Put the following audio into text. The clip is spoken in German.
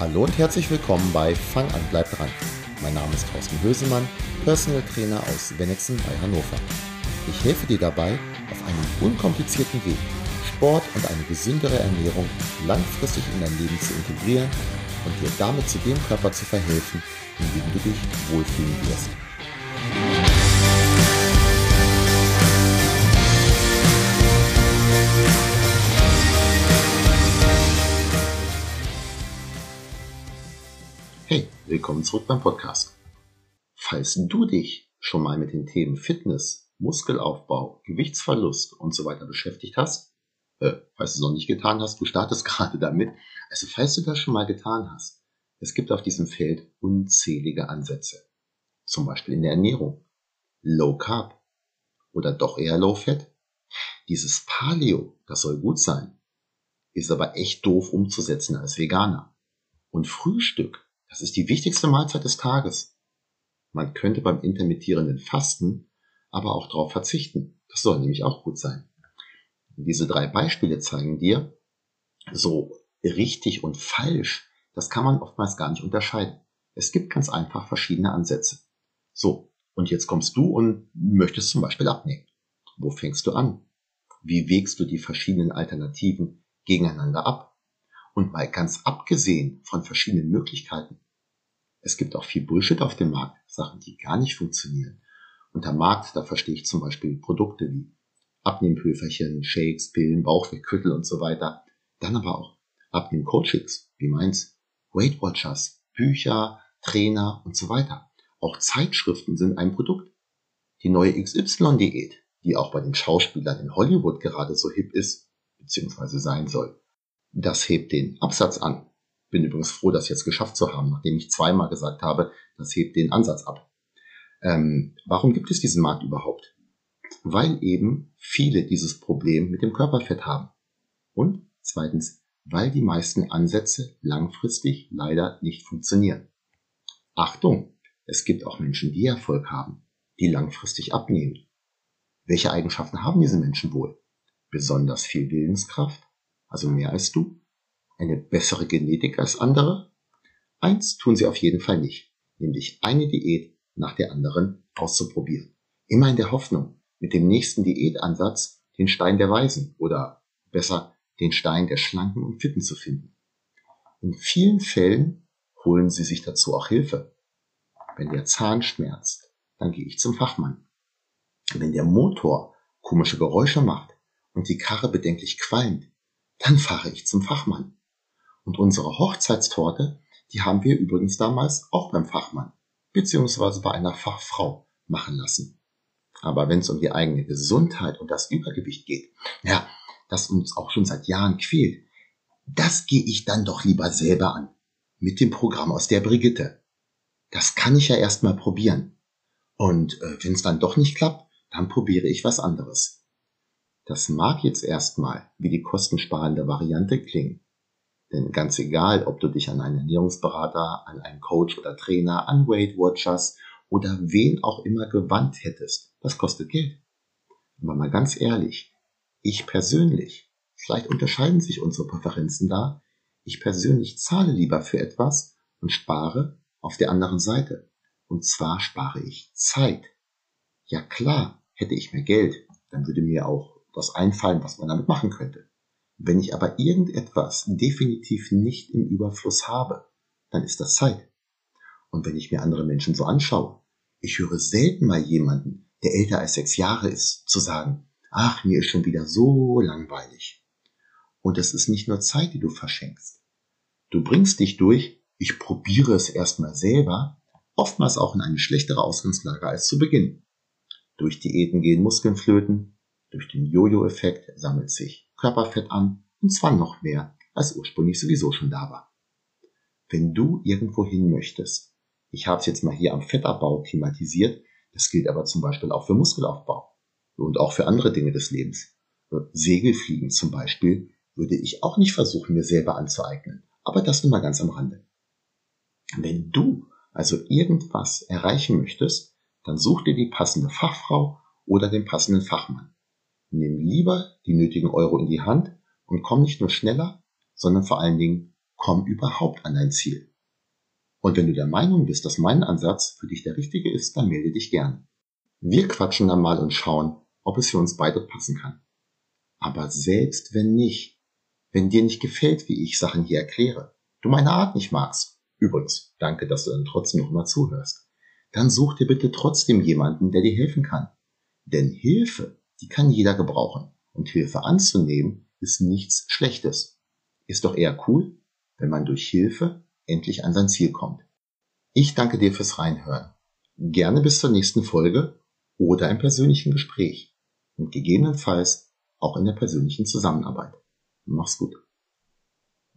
Hallo und herzlich willkommen bei Fang an, bleib dran. Mein Name ist Thorsten Hösemann, Personal Trainer aus Wennigsen bei Hannover. Ich helfe dir dabei, auf einem unkomplizierten Weg Sport und eine gesündere Ernährung langfristig in dein Leben zu integrieren und dir damit zu dem Körper zu verhelfen, in dem du dich wohlfühlen wirst. Hey, willkommen zurück beim Podcast. Falls du dich schon mal mit den Themen Fitness, Muskelaufbau, Gewichtsverlust und so weiter beschäftigt hast, falls du es noch nicht getan hast, du startest gerade damit, also falls du das schon mal getan hast, es gibt auf diesem Feld unzählige Ansätze. Zum Beispiel in der Ernährung, Low Carb oder doch eher Low Fat. Dieses Paleo, das soll gut sein, ist aber echt doof umzusetzen als Veganer. Und Frühstück, das ist die wichtigste Mahlzeit des Tages. Man könnte beim intermittierenden Fasten aber auch darauf verzichten. Das soll nämlich auch gut sein. Und diese 3 Beispiele zeigen dir, so richtig und falsch, das kann man oftmals gar nicht unterscheiden. Es gibt ganz einfach verschiedene Ansätze. So, und jetzt kommst du und möchtest zum Beispiel abnehmen. Wo fängst du an? Wie wägst du die verschiedenen Alternativen gegeneinander ab? Und mal ganz abgesehen von verschiedenen Möglichkeiten. Es gibt auch viel Bullshit auf dem Markt, Sachen, die gar nicht funktionieren. Unter Markt, da verstehe ich zum Beispiel Produkte wie Abnehmpülverchen, Shakes, Pillen, Bauchwehküttel und so weiter. Dann aber auch Abnehm-Coachings, wie meins, Weight Watchers, Bücher, Trainer und so weiter. Auch Zeitschriften sind ein Produkt. Die neue XY-Diät, die auch bei den Schauspielern in Hollywood gerade so hip ist, beziehungsweise sein soll. Das hebt den Absatz an. Bin übrigens froh, das jetzt geschafft zu haben, nachdem ich 2-mal gesagt habe, das hebt den Ansatz ab. Warum gibt es diesen Markt überhaupt? Weil eben viele dieses Problem mit dem Körperfett haben. Und zweitens, weil die meisten Ansätze langfristig leider nicht funktionieren. Achtung, es gibt auch Menschen, die Erfolg haben, die langfristig abnehmen. Welche Eigenschaften haben diese Menschen wohl? Besonders viel Willenskraft? Also mehr als du? Eine bessere Genetik als andere? Eins tun sie auf jeden Fall nicht, nämlich eine Diät nach der anderen auszuprobieren. Immer in der Hoffnung, mit dem nächsten Diätansatz den Stein der Weisen oder besser den Stein der Schlanken und Fitten zu finden. In vielen Fällen holen sie sich dazu auch Hilfe. Wenn der Zahn schmerzt, dann gehe ich zum Fachmann. Wenn der Motor komische Geräusche macht und die Karre bedenklich qualmt, dann fahre ich zum Fachmann. Und unsere Hochzeitstorte, die haben wir übrigens damals auch beim Fachmann, beziehungsweise bei einer Fachfrau machen lassen. Aber wenn es um die eigene Gesundheit und das Übergewicht geht, ja, das uns auch schon seit Jahren quält, das gehe ich dann doch lieber selber an. Mit dem Programm aus der Brigitte. Das kann ich ja erstmal probieren. Und wenn es dann doch nicht klappt, dann probiere ich was anderes. Das mag jetzt erstmal wie die kostensparende Variante klingen. Denn ganz egal, ob du dich an einen Ernährungsberater, an einen Coach oder Trainer, an Weight Watchers oder wen auch immer gewandt hättest, das kostet Geld. Aber mal ganz ehrlich, ich persönlich, vielleicht unterscheiden sich unsere Präferenzen da, ich persönlich zahle lieber für etwas und spare auf der anderen Seite. Und zwar spare ich Zeit. Ja klar, hätte ich mehr Geld, dann würde mir auch was einfallen, was man damit machen könnte. Wenn ich aber irgendetwas definitiv nicht im Überfluss habe, dann ist das Zeit. Und wenn ich mir andere Menschen so anschaue, ich höre selten mal jemanden, der älter als 6 Jahre ist, zu sagen, ach, mir ist schon wieder so langweilig. Und es ist nicht nur Zeit, die du verschenkst. Du bringst dich durch, ich probiere es erstmal selber, oftmals auch in eine schlechtere Ausgangslage als zu Beginn. Durch Diäten gehen Muskeln flöten, durch den Jojo-Effekt sammelt sich Körperfett an, und zwar noch mehr, als ursprünglich sowieso schon da war. Wenn du irgendwo hin möchtest, ich habe es jetzt mal hier am Fettabbau thematisiert, das gilt aber zum Beispiel auch für Muskelaufbau und auch für andere Dinge des Lebens. Segelfliegen zum Beispiel würde ich auch nicht versuchen, mir selber anzueignen, aber das nur mal ganz am Rande. Wenn du also irgendwas erreichen möchtest, dann such dir die passende Fachfrau oder den passenden Fachmann. Nimm lieber die nötigen Euro in die Hand und komm nicht nur schneller, sondern vor allen Dingen komm überhaupt an dein Ziel. Und wenn du der Meinung bist, dass mein Ansatz für dich der richtige ist, dann melde dich gern. Wir quatschen dann mal und schauen, ob es für uns beide passen kann. Aber selbst wenn nicht, wenn dir nicht gefällt, wie ich Sachen hier erkläre, du meine Art nicht magst, übrigens, danke, dass du dann trotzdem noch mal zuhörst, dann such dir bitte trotzdem jemanden, der dir helfen kann. Denn Hilfe, die kann jeder gebrauchen. Und Hilfe anzunehmen, ist nichts Schlechtes. Ist doch eher cool, wenn man durch Hilfe endlich an sein Ziel kommt. Ich danke dir fürs Reinhören. Gerne bis zur nächsten Folge oder im persönlichen Gespräch und gegebenenfalls auch in der persönlichen Zusammenarbeit. Mach's gut.